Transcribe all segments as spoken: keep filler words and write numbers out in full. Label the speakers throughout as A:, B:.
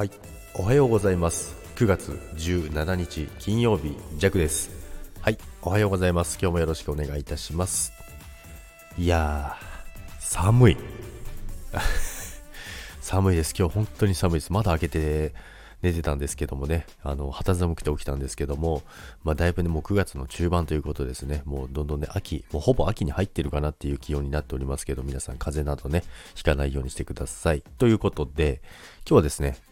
A: はい、おはようございます。くがつじゅうしちにち金曜日、ジャクです。はい、おはようございます。今日もよろしくお願いいたします。いやー、寒い寒いです。今日本当に寒いです。まだ開けて寝てたんですけどもね、あの肌寒くて起きたんですけども、まあだいぶね、もうくがつの中盤ということですね。もうどんどんね、秋、もうほぼ秋に入ってるかなっていう気温になっておりますけど、皆さん風邪などね、ひかないようにしてください。ということで、今日はですね、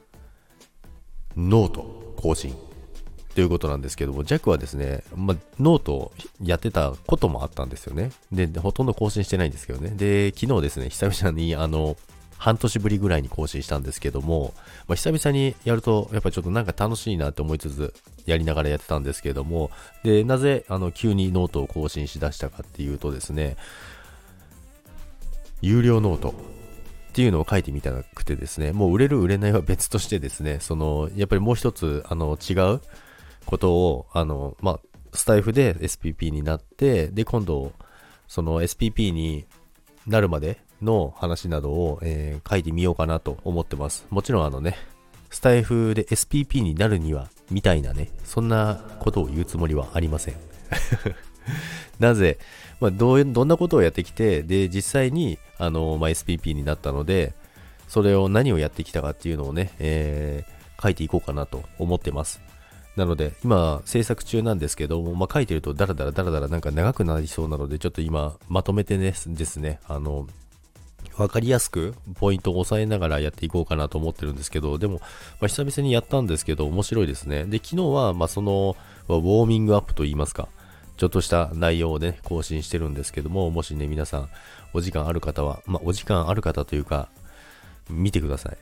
A: ノート更新ということなんですけども、ジャックはですね、まあ、ノートをやってたこともあったんですよね。で、ほとんど更新してないんですけどね。で、昨日ですね、久々にあの、半年ぶりぐらいに更新したんですけども、まあ、久々にやると、やっぱりちょっとなんか楽しいなって思いつつ、やりながらやってたんですけども、で、なぜ、あの、急にノートを更新しだしたかっていうとですね、有料ノートっていうのを書いてみたくてですね、もう売れる売れないは別としてですね、その、やっぱりもう一つ、あの、違うことを、あの、まあ、スタイフで エスピーピー になって、で、今度、その エスピーピー になるまでの話などを、えー書いてみようかなと思ってます。もちろんあのね、スタイフで エスピーピー になるには、みたいなね、そんなことを言うつもりはありません。なぜ、まあ、どうどんなことをやってきて、で、実際に、あの、まあ、エスピーピー になったので、それを何をやってきたかっていうのをね、えー書いていこうかなと思ってます。なので、今、制作中なんですけども、まあ、書いてるとダラダラダラダラなんか長くなりそうなので、ちょっと今、まとめてねですね、あの、わかりやすくポイントを押さえながらやっていこうかなと思ってるんですけど、でも、まあ、久々にやったんですけど、面白いですね。で、昨日は、まあ、その、ウォーミングアップと言いますか、ちょっとした内容をね、更新してるんですけども、もしね、皆さん、お時間ある方は、まあ、お時間ある方というか、見てください。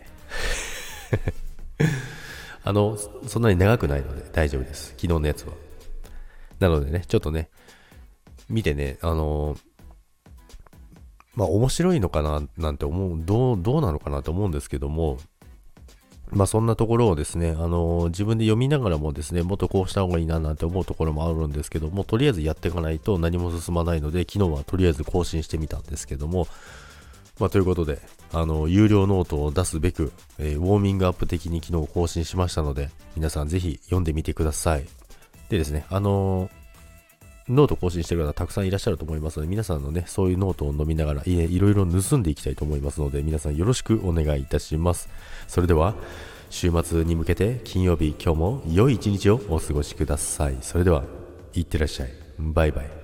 A: あの、そんなに長くないので大丈夫です。昨日のやつは。なのでね、ちょっとね、見てね、あのまあ面白いのかななんて思う、どう、どうなのかなと思うんですけども、まあそんなところをですね、あの自分で読みながらもですね、もっとこうした方がいいななんて思うところもあるんですけども、とりあえずやっていかないと何も進まないので、昨日はとりあえず更新してみたんですけども、まあということで、あの、有料ノートを出すべく、えーウォーミングアップ的に昨日更新しましたので、皆さんぜひ読んでみてください。でですね、あのーノート更新してる方たくさんいらっしゃると思いますので、皆さんのね、そういうノートを飲みながら、いえ、いろいろ盗んでいきたいと思いますので、皆さんよろしくお願いいたします。それでは、週末に向けて金曜日、今日も良い一日をお過ごしください。それでは、いってらっしゃい。バイバイ。